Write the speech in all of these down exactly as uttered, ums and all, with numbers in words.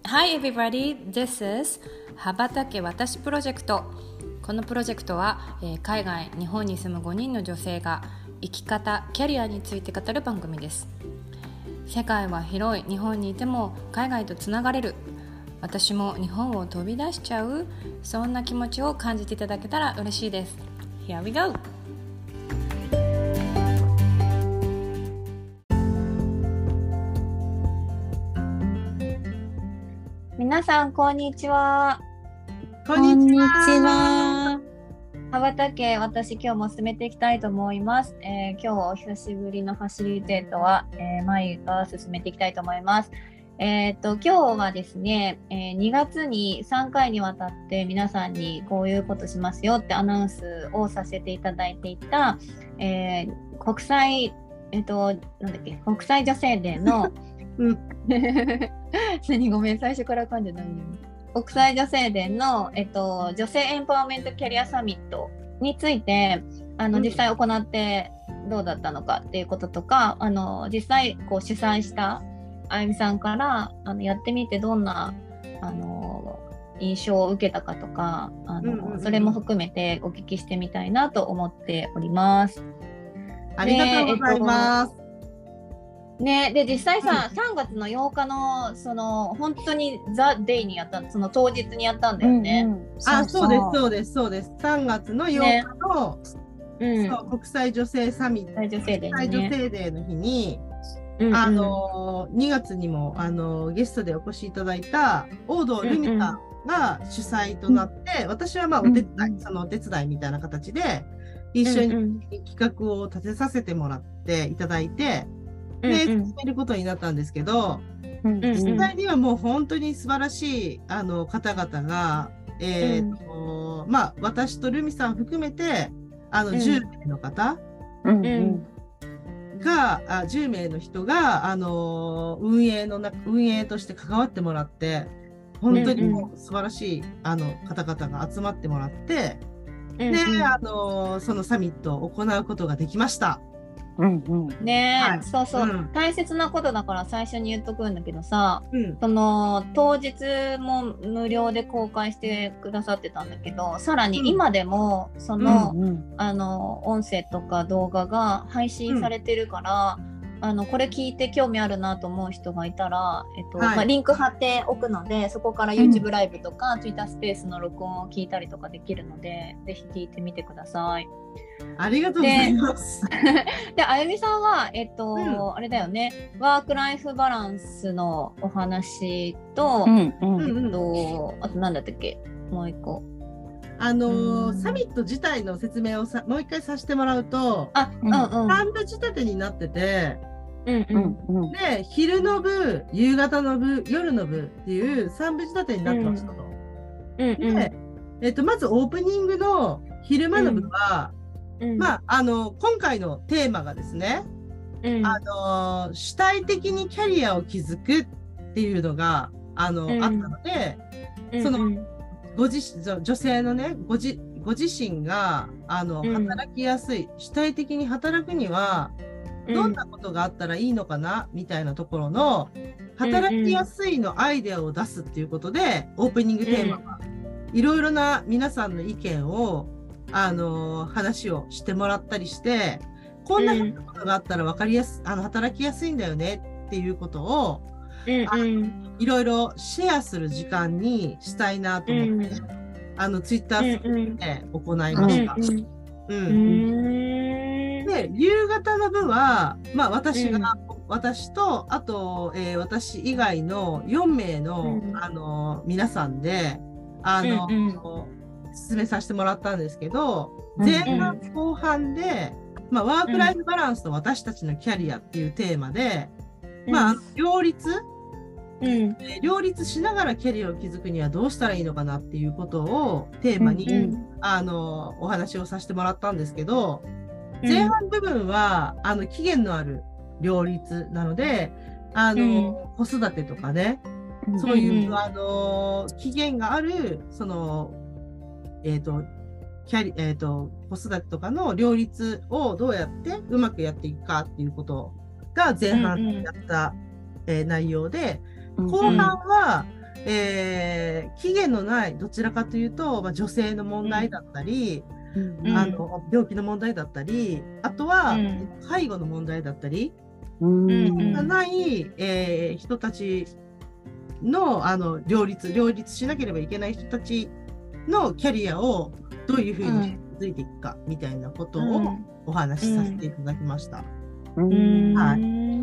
Hi everybody, this is 羽ばたけ私プロジェクト。このプロジェクトは、えー、海外、日本に住むごにんの女性が生き方、キャリアについて語る番組です。世界は広い、日本にいても海外とつながれる。私も日本を飛び出しちゃう、そんな気持ちを感じていただけたら嬉しいです。Here we go! 皆さんこんにちは。 こんにちは。 羽ばたけ私今日も進めていきたいと思います。えー、今日はお久しぶりのファシリテートは、えー、まゆが進めていきたいと思います。えー、っと今日はですね、えー、にがつにさんかいにわたって皆さんにこういうことしますよってアナウンスをさせていただいていた、えー、国際えっとなんだっけ国際女性デーのうん何ごめん最初から噛んでないね。国際女性デーの、えっと、女性エンパワーメントキャリアサミットについてあの、うん、実際行ってどうだったのかっていうこととか、あの実際こう主催したあゆみさんからあのやってみてどんなあの印象を受けたかとかあの、うんうんうん、それも含めてお聞きしてみたいなと思っております。 ありがとうございます。 ね、で実際さ、うん、さんがつのようかのその本当にザ・デイにやったその当日にやったんだよね。 うんうん、あ、そうですそうですそうです。さんがつのようかの、ね、そう国際女性サミット、 国際女性デー、ね、 国際女性デーの日に、うんうん、あのにがつにもあのゲストでお越しいただいた大堂ルミさんが主催となって、うんうん、私はまあお手伝い、うんうん、そのお手伝いみたいな形で一緒に企画を立てさせてもらっていただいて。で、進めることになったんですけど、うんうん、実際にはもう本当に素晴らしいあの方々が、えーとうんまあ、私とルミさん含めてあのじゅうめいの方、うんうん、があじゅうめいの人があの運営のな運営として関わってもらって本当にもう素晴らしいあの方々が集まってもらって、うんうん、であのそのサミットを行うことができました。 うんうん、ねえ、はい、そうそう、うん、大切なことだから最初に言っとくんだけどさ、うん、その当日も無料で公開してくださってたんだけどさらに今でもその、うんうん、あの音声とか動画が配信されてるから、うんあのこれ聞いて興味あるなと思う人がいたら、えっとはいまあ、リンク貼っておくのでそこから YouTube ライブとか、うん、Twitter スペースの録音を聞いたりとかできるのでぜひ聞いてみてください。 ありがとうございます。 で、あゆみさんは、えっと、うん、あれだよね、ワークライフバランスのお話と、うんうんえっと、あと何だったっけ、もう一個。 あのーうん、サミット自体の説明をさもう一回させてもらうと、あ、うんうん、さんぶ仕立てになってて、うんうんうん、で、昼の部、夕方の部、夜の部っていうさんぶ仕立てになってましたと。うんうん、で、えっと、まずオープニングの昼間の部は、うんまあ、あの今回のテーマがですね、うん、あの主体的にキャリアを築くっていうのがあの、うん、あったので、うん、そのご自女性のねごじご自身があの、うん、働きやすい主体的に働くにはどんなことがあったらいいのかな、うん、みたいなところの働きやすいのアイデアを出すっていうことで、うん、オープニングテーマが、うん、いろいろな皆さんの意見をあの話をしてもらったりしてこんなことがあったら分かりやす、うん、あの働きやすいんだよねっていうことを、うんうん、いろいろシェアする時間にしたいなと思って、うん、あのツイッターで行いました。で夕方の部は、まあ、私が、うん、私とあと、えー、私以外のよんめいの、うん、あの皆さんであの、うんうん進めさせてもらったんですけど、前半後半で、うんまあ、ワークライフバランスと私たちのキャリアっていうテーマで、うんまあ、両立、うん、両立しながらキャリアを築くにはどうしたらいいのかなっていうことをテーマに、うんうん、あのお話をさせてもらったんですけど、前半部分はあの期限のある両立なのであの、うん、子育てとかね、そういう、うん、あの期限があるそのえーとキャリえーと、子育てとかの両立をどうやってうまくやっていくかっていうことが前半やった、うんうんえー、内容で、後半は、 えー、期限のないどちらかというと、まあ、女性の問題だったり、うん、あの病気の問題だったり、あとは、うん、介護の問題だったり、うん、がない、えー、人たちの、あの両立両立しなければいけない人たちのキャリアをどういうふうに築いていくかみたいなことをお話しさせていただきました。うんうん、はい、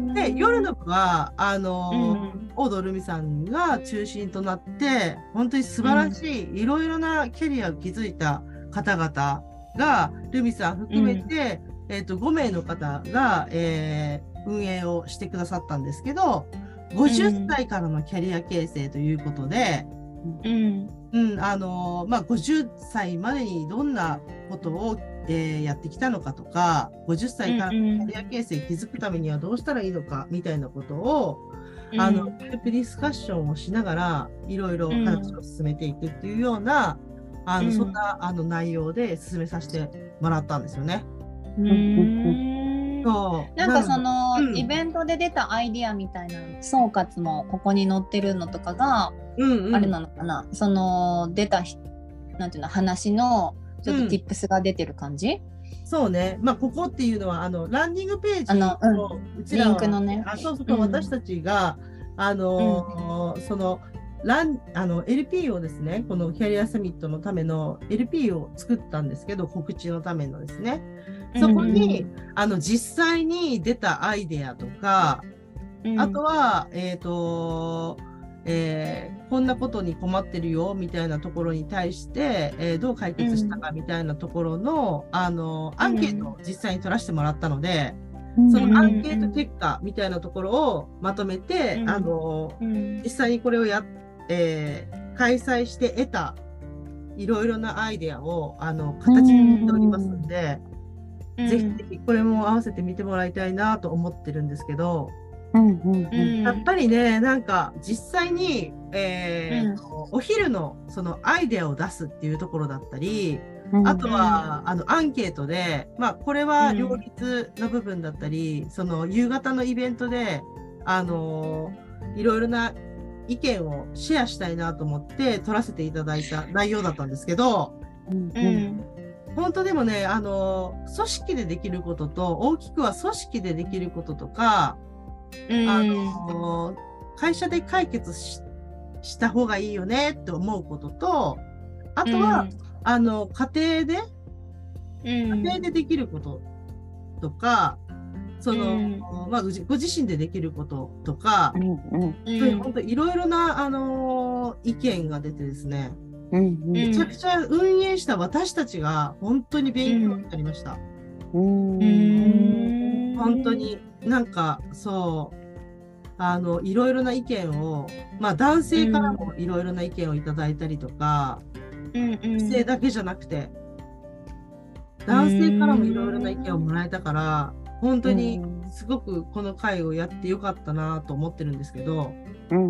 で夜の部はあの、うん、大堂留美さんが中心となって本当に素晴らしい、うん、いろいろなキャリアを築いた方々が留美さん含めて、うん、えーと、ごめいの方が、えー、運営をしてくださったんですけど、ごじゅっさいからのキャリア形成ということで、うんうんあのまあ、ごじゅっさいまでにどんなことを、えー、やってきたのかとか、ごじゅっさいからのキャリア形成を築くためにはどうしたらいいのかみたいなことを、うん、あのグループディスカッションをしながらいろいろ話を進めていくっていうような、うん、あのそんなあの内容で進めさせてもらったんですよね。うんそうなんかその、うん、イベントで出たアイディアみたいな総括もここに載ってるのとかが、うんうん、あれなのかな、その出たなんていうの話のちょっと tips が出てる感じ、 うん、そうね、まあここっていうのはあのランディングページの、うん、うちらリンクのね、 あそうそうそう、うん、私たちがあの、うん、そのランあの エルピー をですね、このキャリアサミットのための エルピー を作ったんですけど、告知のためのですね、そこに、うんうん、あの実際に出たアイデアとか、うん、あとは、えーとえー、こんなことに困ってるよみたいなところに対して、えー、どう解決したかみたいなところの、うん、あのアンケートを実際に取らせてもらったので、うん、そのアンケート結果みたいなところをまとめて、うん、あのうん、実際にこれをや、えー、開催して得たいろいろなアイデアをあの形にしておりますので、うん、ぜひぜひこれも合わせて見てもらいたいなと思ってるんですけど、うんうんうん、やっぱりね、なんか実際に、えーうん、お昼のそのアイデアを出すっていうところだったり、うん、あとはあのアンケートで、まあ、これは両立の部分だったり、うん、その夕方のイベントであのいろいろな意見をシェアしたいなと思って取らせていただいた内容だったんですけど、うんうん本当でもね、あの組織でできることと大きくは組織でできることとか、うん、あの会社で解決 し, した方がいいよねって思うことと、あとは、うん、あの家庭で、うん、家庭でできることとか、その、うんまあ、ご自身でできることとか、うんうん、本当いろいろな、あの意見が出てですね、うんうん、めちゃくちゃ運営した私たちが本当に勉強になりました。うんうん本当になんかそうあのいろいろな意見を、まあ、男性からもいろいろな意見をいただいたりとか、うん、女性だけじゃなくて男性からもいろいろな意見をもらえたから本当にすごくこの会をやってよかったなと思ってるんですけど、うんうん、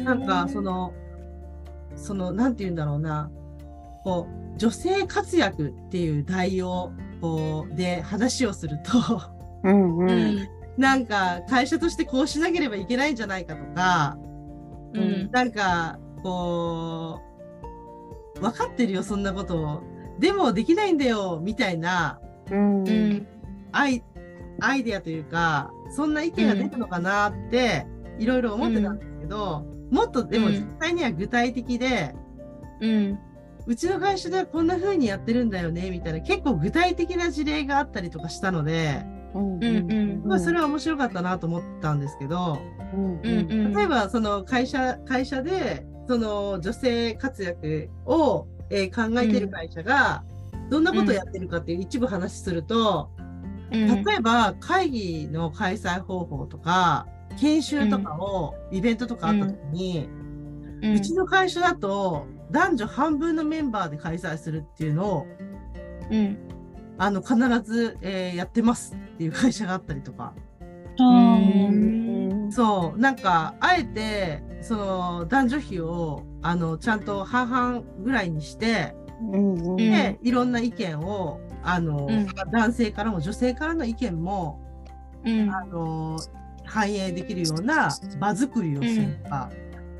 なんかそのそのなんて言うんだろうなこう女性活躍っていう題をこうで話をするとうん、うん、なんか会社としてこうしなければいけないんじゃないかとか、うん、なんかこう分かってるよそんなことをでもできないんだよみたいな、うんうん、アイ、アイデアというかそんな意見が出るのかなっていろいろ思ってたんですけど、うん、もっとでも実際には具体的で、うん、うちの会社ではこんな風にやってるんだよねみたいな結構具体的な事例があったりとかしたので、うんうんうん、それは面白かったなと思ったんですけど、うんうん、例えばその会社、会社でその女性活躍を、えー、考えている会社がどんなことをやってるかっていう一部話すると、うん、例えば会議の開催方法とか研修とかを、うん、イベントとかあった時に、うん、うちの会社だと男女半分のメンバーで開催するっていうのを、うんあの必ず、えー、やってますっていう会社があったりとか、うんそうなんかあえてその男女比をあのちゃんと半々ぐらいにして、うんうん、でいろんな意見をあの、うん、男性からも女性からの意見も、うん、あの反映できるような場作りをするとか、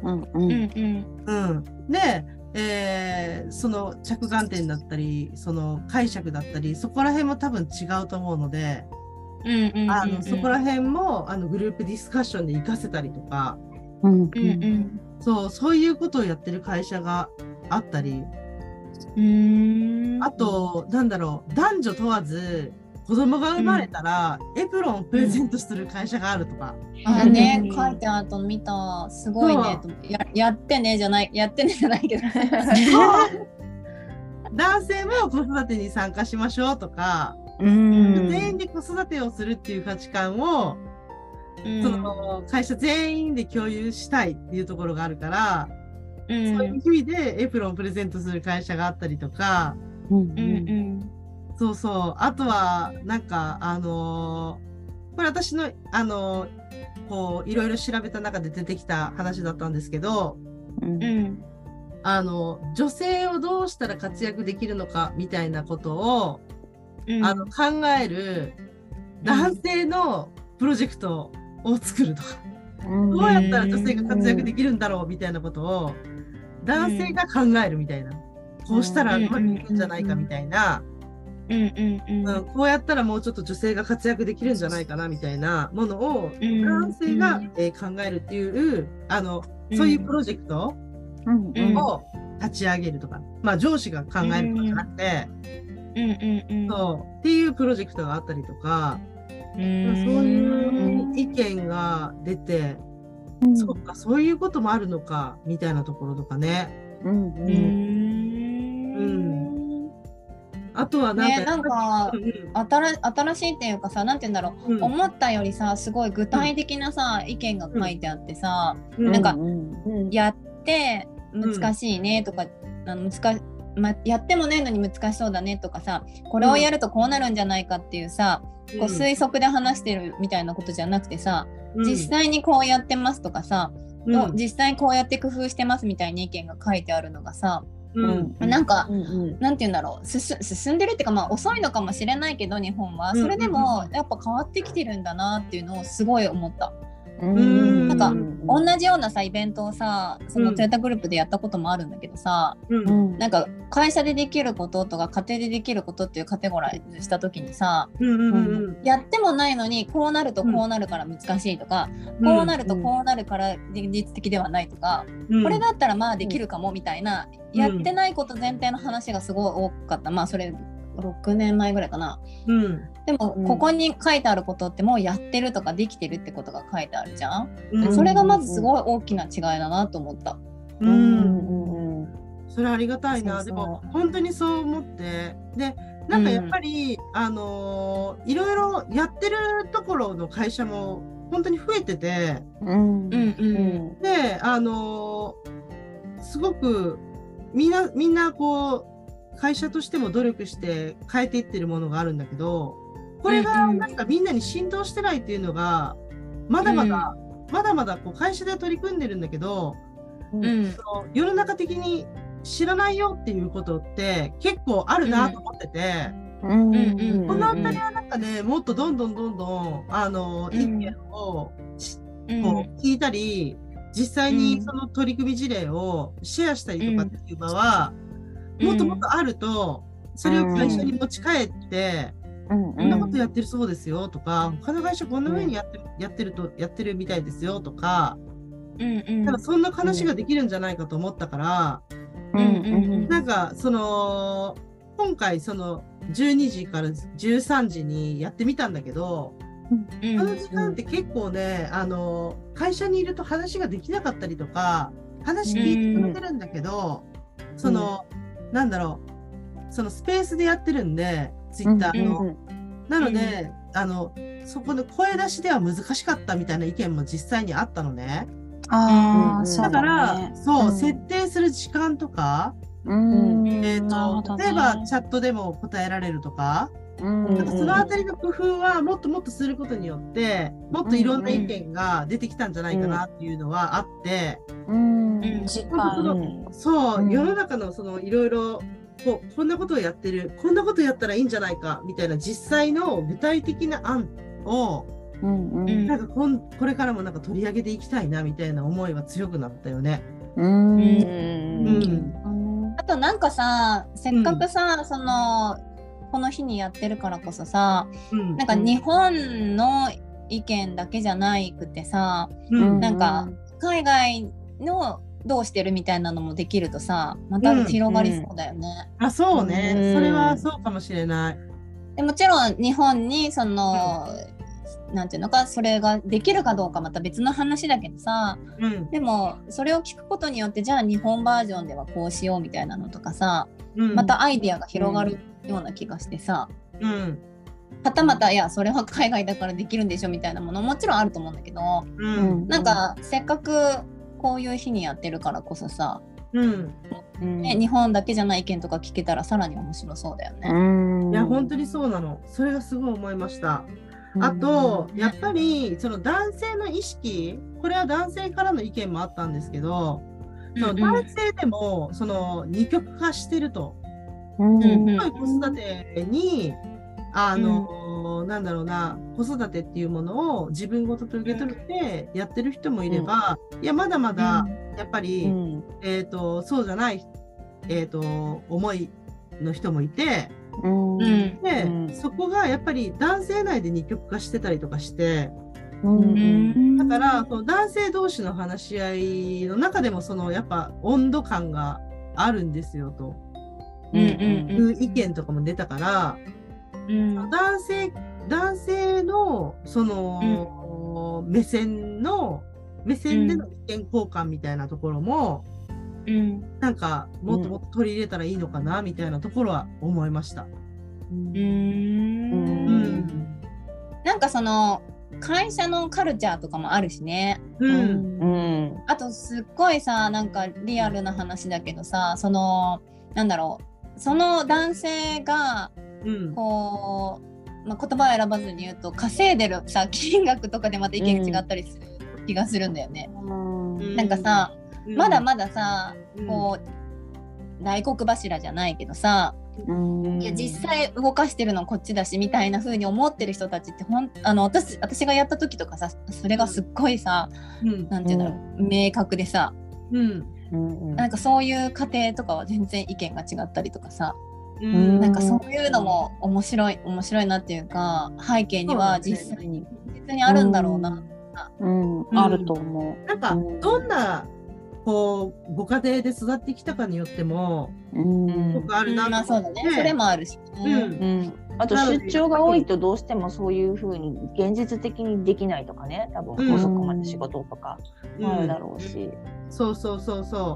うんうんうん、で、えー、その着眼点だったりその解釈だったりそこら辺も多分違うと思うので、あのそこら辺もあのグループディスカッションで活かせたりとか、うんうん、そうそういうことをやってる会社があったり、うーん、あとなんだろう、男女問わず子供が生まれたら、うん、エプロンをプレゼントする会社があるとか、 うん、あね、書いてあると見た、すごいね、や, やってねじゃないやってねじゃないけど男性も子育てに参加しましょうとか、うん、全員で子育てをするっていう価値観を、うん、その会社全員で共有したいっていうところがあるから、うん、そういう意味でエプロンをプレゼントする会社があったりとか、うんうんうん、そうそう、あとはなんかあのー、これ私のあのー、こういろいろ調べた中で出てきた話だったんですけど、うん、あの女性をどうしたら活躍できるのかみたいなことを、うん、あの考える男性のプロジェクトを作るとか、うん、どうやったら女性が活躍できるんだろうみたいなことを男性が考えるみたいな、うん、こうしたらうまくいくんじゃないかみたいな、うんうんうん、こうやったらもうちょっと女性が活躍できるんじゃないかなみたいなものを男性が、うんえー、考えるっていうあのそういうプロジェクトを立ち上げるとか、まあ上司が考えるとかじゃなくて、うんうんうん、そうっていうプロジェクトがあったりとか、うん、そういう意見が出て、うん、そうかそういうこともあるのかみたいなところとかね。うんうんうん、あとはなんか、 ね、なんか、うん、新, 新しいっていうかさ、なんて言うんだろう、うん、思ったよりさすごい具体的なさ、うん、意見が書いてあってさ、うん、なんか、うん、やって難しいねとか、うん、あの難ま、やってもねえのに難しそうだねとかさ、これをやるとこうなるんじゃないかっていうさ、うん、こう推測で話してるみたいなことじゃなくてさ、うん、実際にこうやってますとかさ、うん、実際こうやって工夫してますみたいな意見が書いてあるのがさ、うんうん、なんか、うんうん、なんて言うんだろう、進んでるっていうか、まあ遅いのかもしれないけど日本はそれでもやっぱ変わってきてるんだなっていうのをすごい思った。うんなんか同じようなさイベントをさそのトヨタグループでやったこともあるんだけどさ、うん、なんか会社でできることとか家庭でできることっていうカテゴライズした時にさ、うんうんうん、やってもないのにこうなるとこうなるから難しいとか、うん、こうなるとこうなるから現実的ではないとか、うん、これだったらまあできるかもみたいな、うん、やってないこと前提の話がすごい多かった。まあそれろくねんまえぐらいかな、うん、でもここに書いてあることってもうやってるとかできてるってことが書いてあるじゃん、うん、それがまずすごい大きな違いだなと思った。うんうんうん、それありがたいな。そうそう、でも本当にそう思ってでなんかやっぱり、うん、あのー、いろいろやってるところの会社も本当に増えてて、うんうんうん、であのー、すごくみんなみんなこう会社としても努力して変えていってるものがあるんだけど、これがなんかみんなに浸透してないっていうのがまだまだ、うん、まだまだこう会社で取り組んでるんだけど、うん、その世の中的に知らないよっていうことって結構あるなと思ってて、うんうん、このあたりはなんかねもっとどんどんどんどんあの、うん、意見をこう聞いたり実際にその取り組み事例をシェアしたりとかっていう場は、うん、もっともっとあるとそれを会社に持ち帰って、うん、こんなことやってるそうですよとか、他の会社こんな風にやってる、やってるとやってるみたいですよとか、うんうん、ただそんな話ができるんじゃないかと思ったから、うんうん、なんかその今回そのじゅうにじからじゅうさんじにやってみたんだけど、うん、あの時間って結構ね、あの会社にいると話ができなかったりとか、話聞いてくれてるんだけど、うん、その、うん、なんだろう、そのスペースでやってるんで、ツイッターの、うんうん、なので、うん、あのそこで声出しでは難しかったみたいな意見も実際にあったのね。あー、だから、ね、そう、うん、設定する時間とか、うん、えーと、例えばチャットでも答えられるとか、うん、なんかそのあたりの工夫はもっともっとすることによってもっといろんな意見が出てきたんじゃないかなっていうのはあって、うんうん、そのそう、うん、世の中のそのいろいろこうこんなことをやってる、こんなことやったらいいんじゃないかみたいな実際の具体的な案をうんうん、なんかこんこれからもなんか取り上げていきたいなみたいな思いは強くなったよね。 うん、うん、あとなんかさ、せっかくさ、うん、そのこの日にやってるからこそさ、うん、なんか日本の意見だけじゃないくてさ、うん、なんか海外のどうしてるみたいなのもできるとさ、また広がりそうだよね。 うんうん、あ、そうね、うん、それはそうかもしれない。 でもちろん日本にその、うん、なんていうのか、それができるかどうかまた別の話だけどさ、うん、でもそれを聞くことによってじゃあ日本バージョンではこうしようみたいなのとかさ、うん、またアイディアが広がるような気がしてさ、うん、はたまたいやそれは海外だからできるんでしょみたいなものももちろんあると思うんだけど、うん、なんかせっかくこういう日にやってるからこそさ、うんね、日本だけじゃない意見とか聞けたらさらに面白そうだよね。 うん、いや本当にそうなの。それがすごい思いました。あとやっぱりその男性の意識、これは男性からの意見もあったんですけど、その男性でもその二極化してると、うんうん、子育てにあの、うん、なんだろうな、子育てっていうものを自分ごとと受け取ってやってる人もいれば、うん、いやまだまだやっぱり、うん、えーと、そうじゃない、えーと、思いの人もいて、うん、で、うん、そこがやっぱり男性内で二極化してたりとかして、うん、だからその男性同士の話し合いの中でもそのやっぱ温度感があるんですよと、うんうんうん、いう意見とかも出たから、うん、男性男性のその、うん、目線の目線での意見交換みたいなところも、うん、なんかもっともっと取り入れたらいいのかなみたいなところは思いました。うん、うん、 なんかその会社のカルチャーとかもあるしね、うんうん、あとすっごいさ、なんかリアルな話だけどさ、そのなんだろう、その男性がこう、まあ、言葉を選ばずに言うと稼いでるさ金額とかでまた意見が違ったりする気がするんだよね、うん、なんかさ、うん、まだまださ、こう大黒柱じゃないけどさ、うん、いや実際動かしてるのこっちだしみたいな風に思ってる人たちってほんあの 私, 私がやった時とかさ、それがすっごいさ、うん、なんていうんだろう、明確でさ、うんうん、なんかそういう過程とかは全然意見が違ったりとかさ、うん、なんかそういうのも面白い面白いなっていうか、背景には実際に実際にあるんだろうな、 うんうん、あると思う。なんかどんなこうご家庭で育ってきたかによっても、うん、僕あるなと思って、うん、まあ、そうだね、 それもあるし、ね、うんうん、 あと出張が多いとどうしてもそういう風に現実的にできないとかね、多分遅くまで仕事とかあるだろうし、うんうん、そうそうそうそう、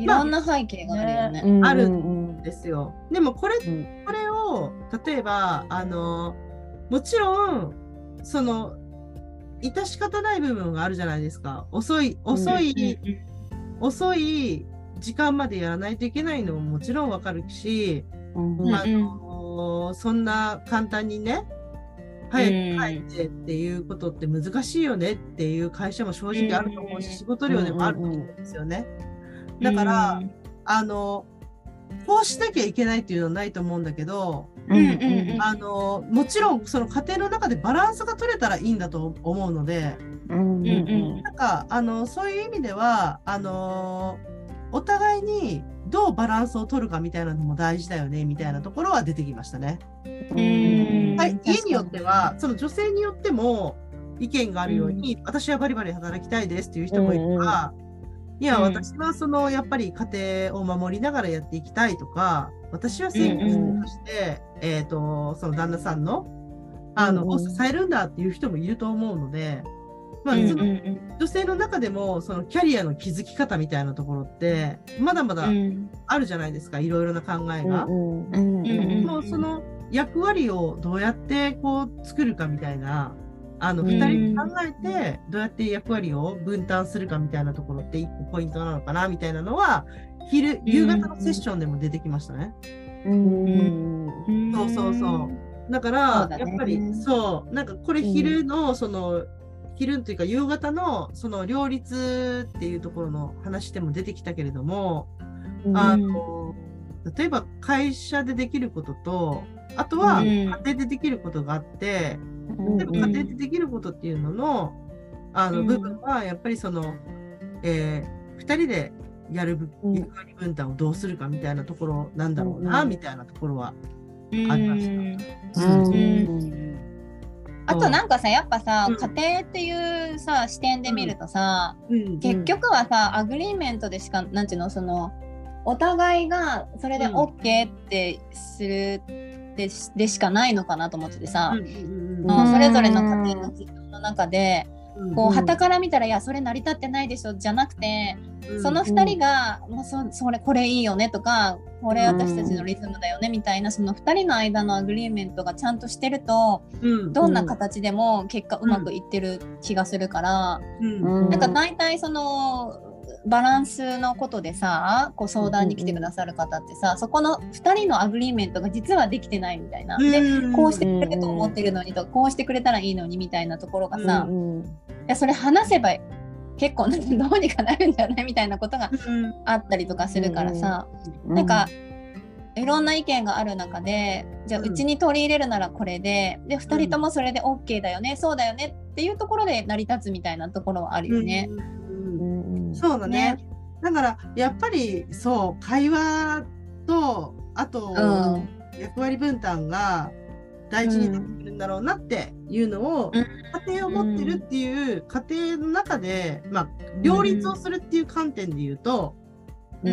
いろんな背景があるよね、 まあ、あるんですよ。でもこれ、うん、これを例えばあのもちろんその致し方ない部分があるじゃないですか。遅い遅い、うんうん遅い時間までやらないといけないのももちろんわかるし、うんうん、あのそんな簡単にね早く帰ってっていうことって難しいよねっていう会社も正直あると思うし、うん、仕事量でもあると思うんですよね。だから、うん、あのこうしなきゃいけないっていうのはないと思うんだけど、うんうんうん、あのもちろんその家庭の中でバランスが取れたらいいんだと思うので、うんうんうん、なんかあのそういう意味ではあのお互いにどうバランスを取るかみたいなのも大事だよねみたいなところは出てきましたね。うんはい、家によってはその女性によっても意見があるように、うん、私はバリバリ働きたいですっていう人もいるから、うんいや、うん、私はそのやっぱり家庭を守りながらやっていきたいとか、私は専業として、うんうん、えーと、その旦那さんのあの、うんうん、を支えるんだっていう人もいると思うので、まあ、その女性の中でもそのキャリアの築き方みたいなところってまだまだあるじゃないですか、いろいろな考えが。もうその役割をどうやってこう作るかみたいな。あのふたりで考えてどうやって役割を分担するかみたいなところって一個ポイントなのかなみたいなのは昼夕方のセッションでも出てきましたね。うんそうそうそうだからだ、ね、やっぱりそうなんかこれ昼のその昼というか夕方のその両立っていうところの話でも出てきたけれども、あの例えば会社でできることとあとは家庭でできることがあって、 でも家庭でできることっていうののあの部分はやっぱりその、えー、ふたりでやる役割分担をどうするかみたいなところなんだろうな、みたいなところはありました。うんうん、 あとなんかさやっぱさ、うん、家庭っていうさ視点で見るとさ、うん、結局はさアグリーメントでしかなんていうのそのお互いがそれで OK ってするで し, でしかないのかなと思っててさ、うんうんうん、それぞれの家庭の時間の中でこう傍から見たらいやそれ成り立ってないでしょじゃなくて、うん、そのふたりが、うん、もう そ, それこれいいよねとかこれ私たちのリズムだよねみたいなそのふたりの間のアグリーメントがちゃんとしてると、うん、どんな形でも結果うまくいってる気がするから、うん、なんか大体そのバランスのことでさこう相談に来てくださる方ってさ、うん、そこのふたりのアグリーメントが実はできてないみたいな、うん、でこうしてくれると思ってるのにとこうしてくれたらいいのにみたいなところがさ、うん、いやそれ話せば結構どうにかなるんじゃないみたいなことがあったりとかするからさ、うん、なんかいろんな意見がある中でじゃあうちに取り入れるならこれででふたりともそれで OK だよね、うん、そうだよねっていうところで成り立つみたいなところはあるよね。うんそうだね。ね。だからやっぱりそう会話とあと、うん、役割分担が大事になってくるんだろうなっていうのを、うん、家庭を持ってるっていう家庭の中で、まあ、両立をするっていう観点で言うと、うん、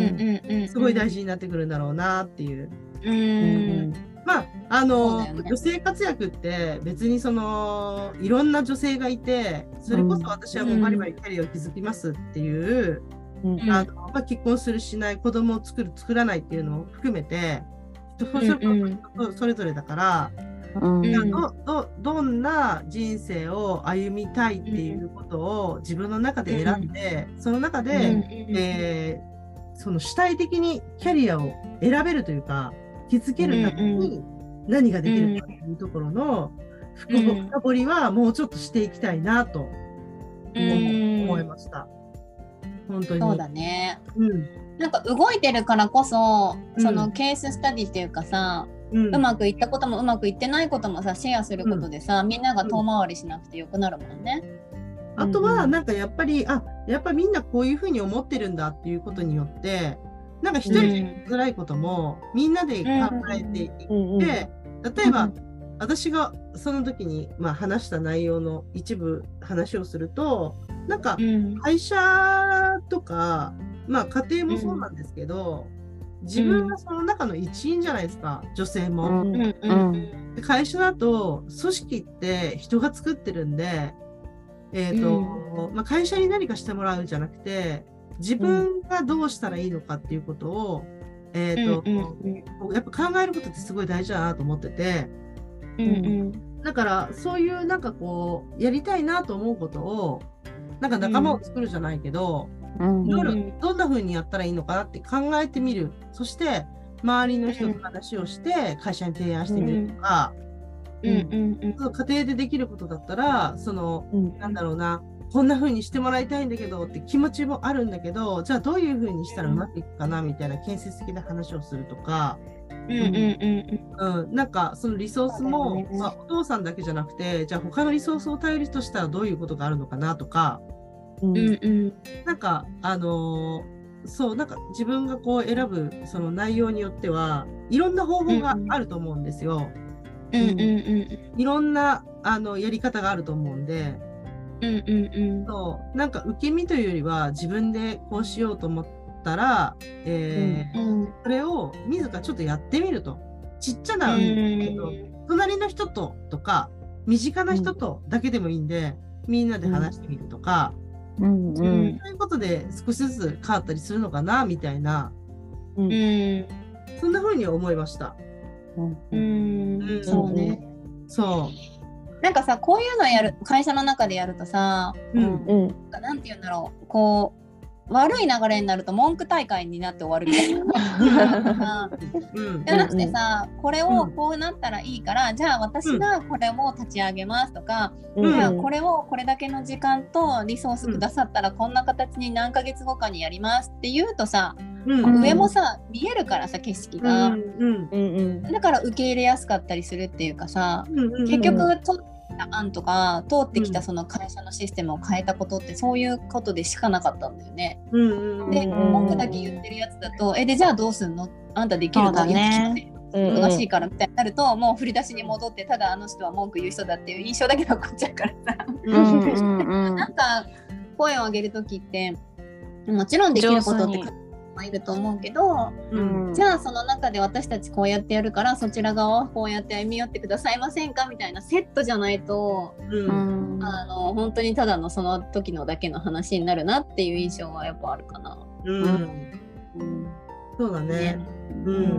すごい大事になってくるんだろうなっていう。うんうんまああの、ね、女性活躍って別にそのいろんな女性がいてそれこそ私はもうバリバリキャリアを築きますっていう、うんあのまあ、結婚するしない子供を作る作らないっていうのを含めて人それぞれ、うん、それぞれだから、うん、ど, ど, どんな人生を歩みたいっていうことを自分の中で選んで、うん、その中で、うんえー、その主体的にキャリアを選べるというか気づけるために何ができるかというところの深掘りはもうちょっとしていきたいなと思いました。本当に。 そうだね。うん、なんか動いてるからこそ、そのケーススタディっていうかさ、うん、うまくいったこともうまくいってないこともさシェアすることでさ、うん、みんなが遠回りしなくてよくなるもんね。 あとはなんかやっぱりあやっぱみんなこういうふうに思ってるんだっていうことによって。なんか一人で辛いこともみんなで考えていって、うん、例えば、うん、私がその時に、まあ、話した内容の一部話をするとなんか会社とか、まあ、家庭もそうなんですけど、うん、自分がその中の一員じゃないですか女性も、うんうん、会社だと組織って人が作ってるんで、えーとうんまあ、会社に何かしてもらうんじゃなくて自分がどうしたらいいのかっていうことを、うん、えーとうんうん、やっぱ考えることってすごい大事だなと思ってて、うんうん、だからそういうなんかこうやりたいなと思うことをなんか仲間を作るじゃないけど、うん、いろいろどんな風にやったらいいのかなって考えてみる、そして周りの人と話をして会社に提案してみるとか、うんうんうん、その家庭でできることだったらその、うん、なんだろうなこんな風にしてもらいたいんだけどって気持ちもあるんだけどじゃあどういう風にしたらうまくいくかなみたいな建設的な話をするとか、うんうんうんうん、なんかそのリソースも、ねまあ、お父さんだけじゃなくてじゃあ他のリソースを頼りとしたらどういうことがあるのかなとか、うんうん、なんかあのー、そうなんか自分がこう選ぶその内容によってはいろんな方法があると思うんですよ。うんうんうんうん、いろんなあのやり方があると思うんで。うんうんうん、そうなんか受け身というよりは自分でこうしようと思ったら、えーうんうん、それを自らちょっとやってみるとちっちゃな、うんけど隣の人ととか身近な人とだけでもいいんで、うん、みんなで話してみるとか、うんうん、そういうことで少しずつ変わったりするのかなみたいな、うん、そんな風に思いました。うんうんうん、そうね。 そうなんかさこういうのやる会社の中でやるとさ、うんうん、なんて言うんだろうこう悪い流れになると文句大会になって終わるみたいなじゃなくてさこれをこうなったらいいから、うん、じゃあ私がこれを立ち上げますとか、うん、じゃあこれをこれだけの時間とリソースくださったらこんな形に何ヶ月後かにやりますって言うとさ、うん、上もさ見えるからさ景色が、うんうん、だから受け入れやすかったりするっていうかさ、うんうん、結局とた案とか、通ってきたその会社のシステムを変えたことって、そういうことでしかなかったんだよね。 うんうん、 で文句だけ言ってるやつだと、えでじゃあどうすんの、あんたできるの、 ね、 忙しいからみたいになると、もう振り出しに戻って、ただあの人は文句言う人だっていう印象だけ残っちゃうからさ、うんうんうん、なんか声を上げるときってもちろんできることっていると思うけど、うん、じゃあその中で私たちこうやってやるからそちら側はこうやって歩み寄ってくださいませんかみたいなセットじゃないと、うん、あの本当にただのその時のだけの話になるなっていう印象はやっぱあるかな。 うんうん、そうだね。ね、うんうん、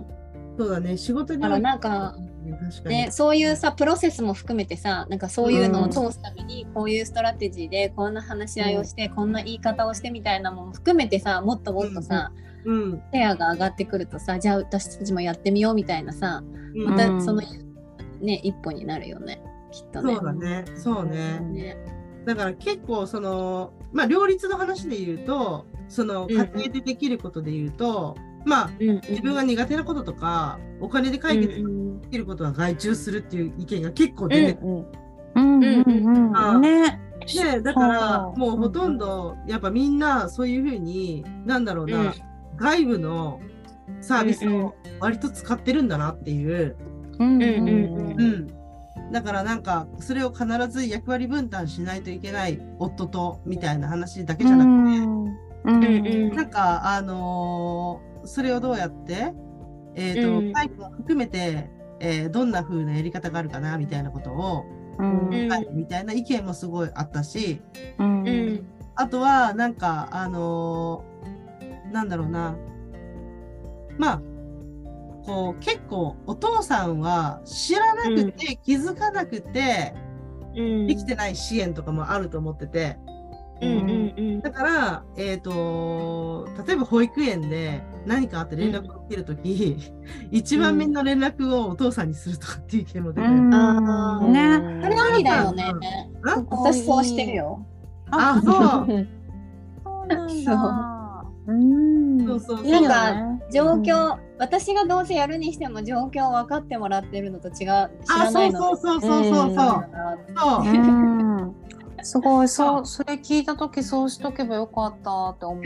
そうだね、仕事にだからなんかね、そういうさプロセスも含めてさ、なんかそういうのを通すためにこういうストラテジーでこんな話し合いをして、うん、こんな言い方をしてみたいなものも含めてさ、もっともっとさ、うんうん、ペアが上がってくるとさ、じゃあ私たちもやってみようみたいなさ、うん、またその、ね、一歩になるよね、きっとね。 そうだね、そうね。ね、だから結構その、まあ、両立の話で言うと、その家庭でできることで言うと、うんうん、まあ、うんうん、自分が苦手なこととかお金で解決できることは外注するっていう意見が結構出てくる。ね、だからもうほとんどやっぱみんなそういうふうになんだろうな、うん、外部のサービスを割と使ってるんだなっていう。だからなんかそれを必ず役割分担しないといけない夫とみたいな話だけじゃなくて、うんうん、なんかあのーそれをどうやって、えーと、うん、タイプを含めて、えー、どんな風なやり方があるかなみたいなことを、うん、みたいな意見もすごいあったし、うん、あとはなんかあのー、なんだろうな、まあこう結構お父さんは知らなくて、うん、気づかなくて、うん、できてない支援とかもあると思ってて。うんうんうん、だから、えーと、例えば保育園で何かあって連絡を受けるとき、うん、一番目の連絡をお父さんにするとかっていう意見も出てる。うん、 あーね、それありだよね。私そうしてるよ。 あ、そう。 そうなんだ。うん、 そうそうそう。なんか状況、うん、私がどうせやるにしても状況を分かってもらってるのと違う、知らないのと。 あ、そうそうそうそうそう。そう。 うんすごい、そう、それ聞いたときそうしとけばよかったって思った。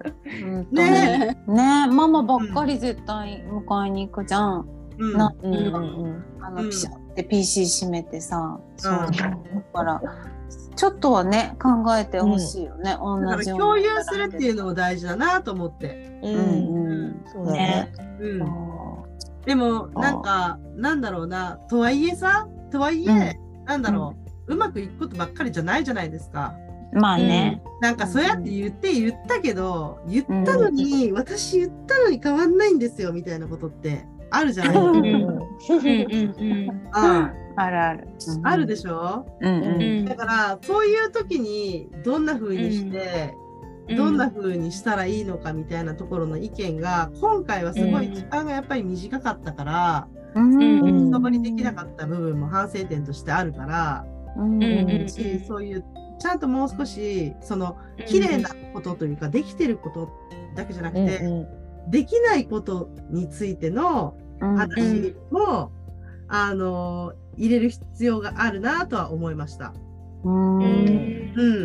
うんとね、ね、ママばっかり絶対迎えに行くじゃん。うん、な、うんうんうん、あのピシャって ピーシー 閉めてさ、そう、うん、だからちょっとはね考えてほしいよね。うん、同じような。 共有するっていうのも大事だなと思って。うんうん、そうだね。うん。でもなんかなんだろうな、とはいえさ、とはいえ、うん、なんだろう。うんうまくいくことばっかりじゃないじゃないですか。 まあね。 うん、なんかそうやって言って言ったけど、言ったのに、うん、私言ったのに変わんないんですよみたいなことってあるじゃないですか。 あるある。 あるでしょ、うんうん、だからそういう時にどんな風にして、うん、どんな風にしたらいいのかみたいなところの意見が今回はすごい時間がやっぱり短かったから、うん、深掘りできなかった部分も反省点としてあるから、うんうんうん、そういうちゃんともう少しその綺麗なことというか、うん、できてることだけじゃなくて、うんうん、できないことについての話も、うん、あの入れる必要があるなとは思いました。うん、うん、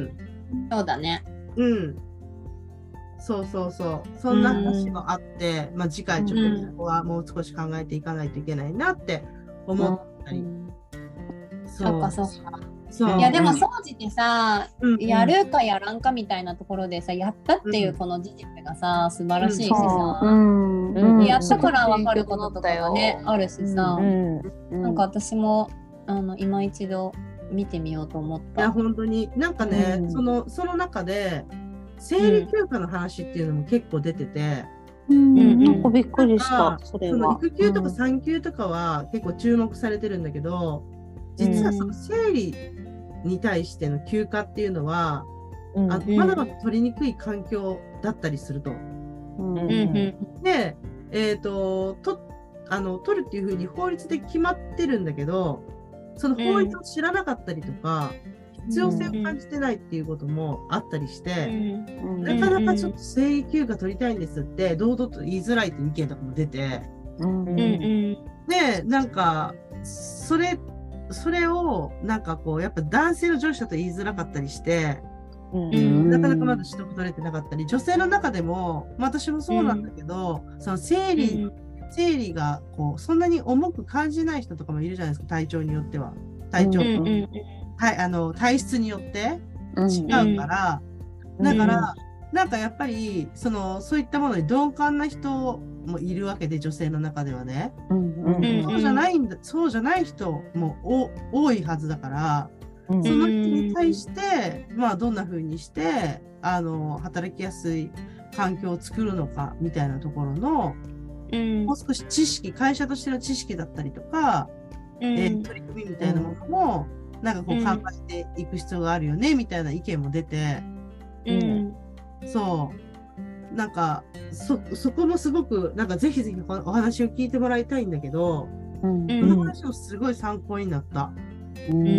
そうだね。 うん。そうそうそう。そんな話もあって、うん、まあ次回ちょっとここはもう少し考えていかないといけないなって思ったり。うんそうかそうか。そういやでも総じてさ、うん、やるかやらんかみたいなところでさ、やったっていうこの事実がさ素晴らしいしさ、うんうん、やったから分かることとかがね、うん、あるしさ、うんうん、なんか私もあの今一度見てみようと思った。 いや本当になんかね、うん、そのその中で生理休暇の話っていうのも結構出てて、 うんうん、なんかびっくりした。それはその育休とか産休とかは結構注目されてるんだけど、実はその生理に対しての休暇っていうのは、うん、あまだまだ取りにくい環境だったりすると。うんうん、で、えーと、とあの取るっていうふうに法律で決まってるんだけど、その法律を知らなかったりとか、うん、必要性を感じてないっていうこともあったりして、うん、なかなかちょっと生理休暇取りたいんですって堂々と言いづらいっていう意見とかも出て、うんうん、でなんかそれそれをなんかこうやっぱ男性の上司だと言いづらかったりして、うん、なかなかまだ取得取れてなかったり、女性の中でも、まあ、私もそうなんだけど、うん、その生理、うん、生理がこうそんなに重く感じない人とかもいるじゃないですか、体調によっては。体調、うん、はい、あの体質によって違うから、うん、だから、うん、なんかやっぱりそのそういったものに鈍感な人もいるわけで、女性の中ではね、うんうん、そうじゃないんだ、そうじゃない人も多いはずだから、うん、その人に対して、まあ、どんな風にしてあの働きやすい環境を作るのかみたいなところの、うん、もう少し知識、会社としての知識だったりとか、うん、えー、取り組みみたいなものも、うん、なんかこう考えていく必要があるよねみたいな意見も出て、うん、そうなんか そ, そこもすごくなんかぜひぜひお話を聞いてもらいたいんだけど、うん、この話もすごい参考になった。うん、うん、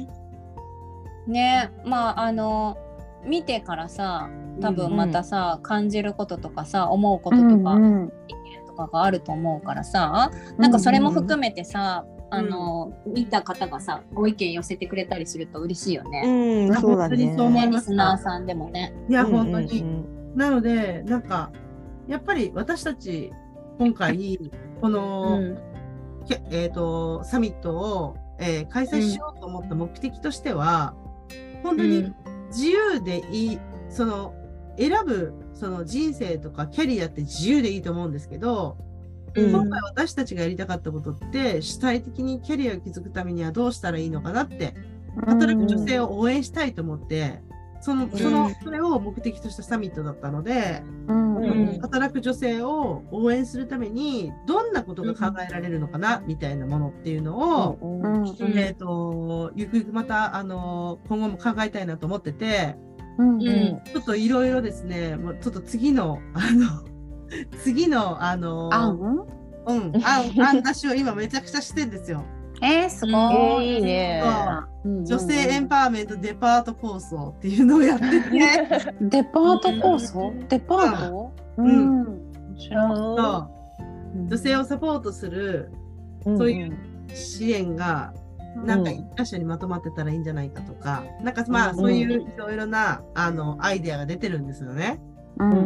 ね、まああの見てからさ、多分またさ、うんうん、感じることとかさ、思うこととか、うんうん、意見とかがあると思うからさ、なんかそれも含めてさ、うんうん、あの見た方がさご意見寄せてくれたりすると嬉しいよね。 うん、そうだね。 ね、リスナーさんでもね。 いや、本当に、うんうんうん、なのでなんかやっぱり私たち今回この、うん、えーと、サミットを、えー、開催しようと思った目的としては、うん、本当に自由でいい、その選ぶその人生とかキャリアって自由でいいと思うんですけど、うん、今回私たちがやりたかったことって主体的にキャリアを築くためにはどうしたらいいのかなって、働く女性を応援したいと思って、その、その、それを目的としたサミットだったので、うんうん、働く女性を応援するためにどんなことが考えられるのかな、うん、みたいなものっていうのを、うんうん、えーと、ゆくゆくまたあの今後も考えたいなと思ってて、うんうん、ちょっといろいろですね、もうちょっと次のあの次のあの案うん案案出しを今めちゃくちゃしてんですよ。 えー、すごい、 いいね。女性エンパワーメントデパート構想っていうのをやっててデパート構想、うん、デパート、うん、うん、知らない。女性をサポートする、うん、そういう支援がなんか一箇所にまとまってたらいいんじゃないかとか、うん、なんかまあそういういろいろなあのアイデアが出てるんですよね。うんうんうん、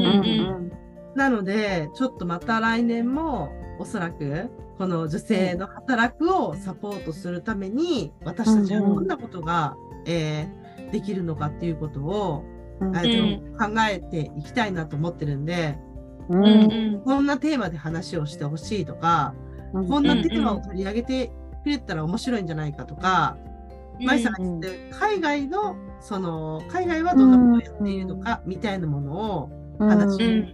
なのでちょっとまた来年もおそらくこの女性の働くをサポートするために私たちはどんなことが、うんえー、できるのかっていうことを、うん、考えていきたいなと思ってるんで、うん、こんなテーマで話をしてほしいとか、うん、こんなテーマを取り上げてくれたら面白いんじゃないかとか、うん、マイさんが言って海外のその海外はどんなことをやっているのかみたいなものを話をして、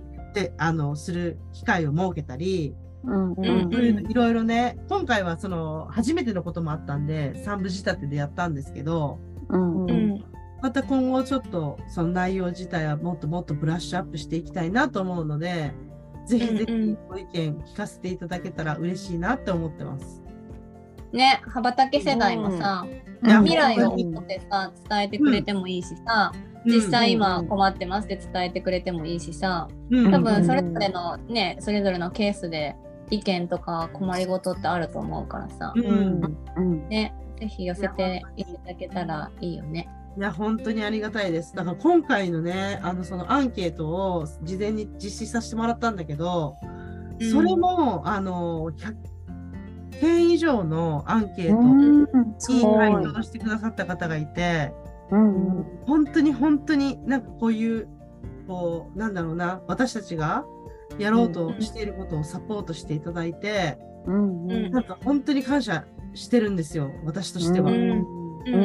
うん、あのする機会を設けたり、うんうんうん、いろいろね、今回はその初めてのこともあったんでさんぶ仕立てでやったんですけど、うんうん、また今後ちょっとその内容自体はもっともっとブラッシュアップしていきたいなと思うので、ぜひぜひご意見聞かせていただけたら嬉しいなって思ってます。 ね、羽ばたけ世代もさ、うん、未来を持ってさ伝えてくれてもいいしさ、うん、実際今困ってますって伝えてくれてもいいしさ、うん、多分それぞれのね、それぞれのケースで意見とか困りごとってあると思うからさ、うんうん、ね、ぜひ寄せていただけたらいいよね。 いや本当にありがたいです。だから今回のね、あのそのアンケートを事前に実施させてもらったんだけど、うん、それもあのひゃっけん以上のアンケートに回答してくださった方がいて、うんうん、本当に本当になんかこういうこうなんだろうな、私たちがやろうとしていることをサポートしていただいて、うんうん、なんか本当に感謝してるんですよ、私としては。うんうん、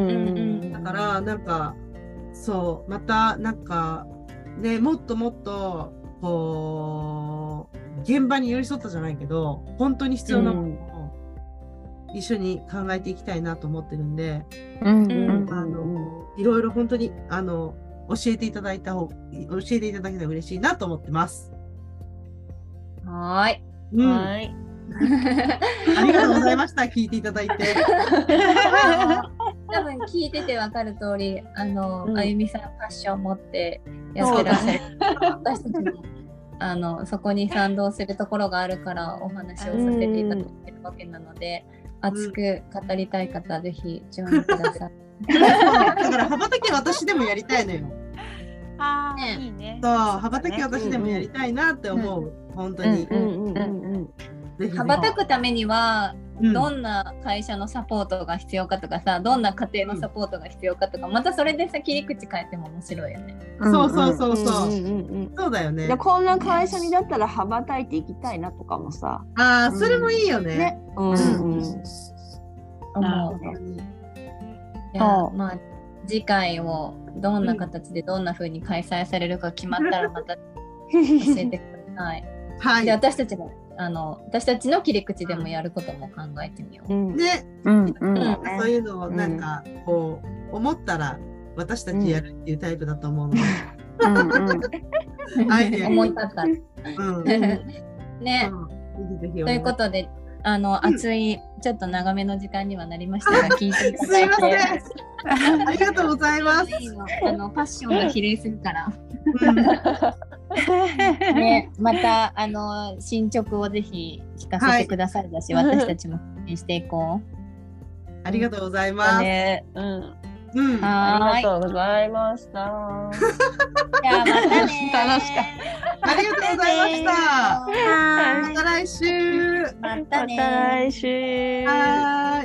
だからなんかそうまたなんかね、もっともっとこう現場に寄り添ったじゃないけど、本当に必要なものを一緒に考えていきたいなと思ってるんで、うんうん、あのいろいろ本当にあの教えていただいた方教えていただけたら嬉しいなと思ってます。 はい、 うん、はい。ありがとうございました。聞いていただいて。 多分聞いてて分かる通り、あの、うん、あゆみさんパッション持ってやってらっしゃる。私たちもあのそこに賛同するところがあるからお話をさせていただいてるわけなので、 熱く語りたい方、うん、ぜひジョインください。 だから羽ばたき私でもやりたいのよ。 ああ、いいね。 そう、羽ばたき私でもやりたいなって思う、うん、本当に。 羽ばたくためには、うん、どんな会社のサポートが必要かとかさ、どんな家庭のサポートが必要かとか、またそれでさ切り口変えても面白いよね。 そうそうそうそう。そうだよね。 こんな会社にだったら羽ばたいていきたいなとかもさ。 ああ、それもいいよね。ね。 うんうん。思う。じゃあまあ次回をどんな形でどんな風に開催されるか決まったらまた教えてください。はい。で私たちもあの私たちの切り口でもやることも考えてみよう。 ね。うんうん。そういうのをなんかこう思ったら私たちやるっていうタイプだと思うので。 思い立った。うん。ね。ということで。あの、うん、熱いちょっと長めの時間にはなりましたが聞いていただいてすいませんありがとうございます。 あのパッションが比例するから、うんね、またあの進捗をぜひ聞かせてくださいだし、はい、私たちもしていこう。ありがとうございます。ね、 うんうん、ありがとうございました。 じゃあまたね。 楽しかった。 ありがとうございました。また来週。 またね。 また来週。 はい。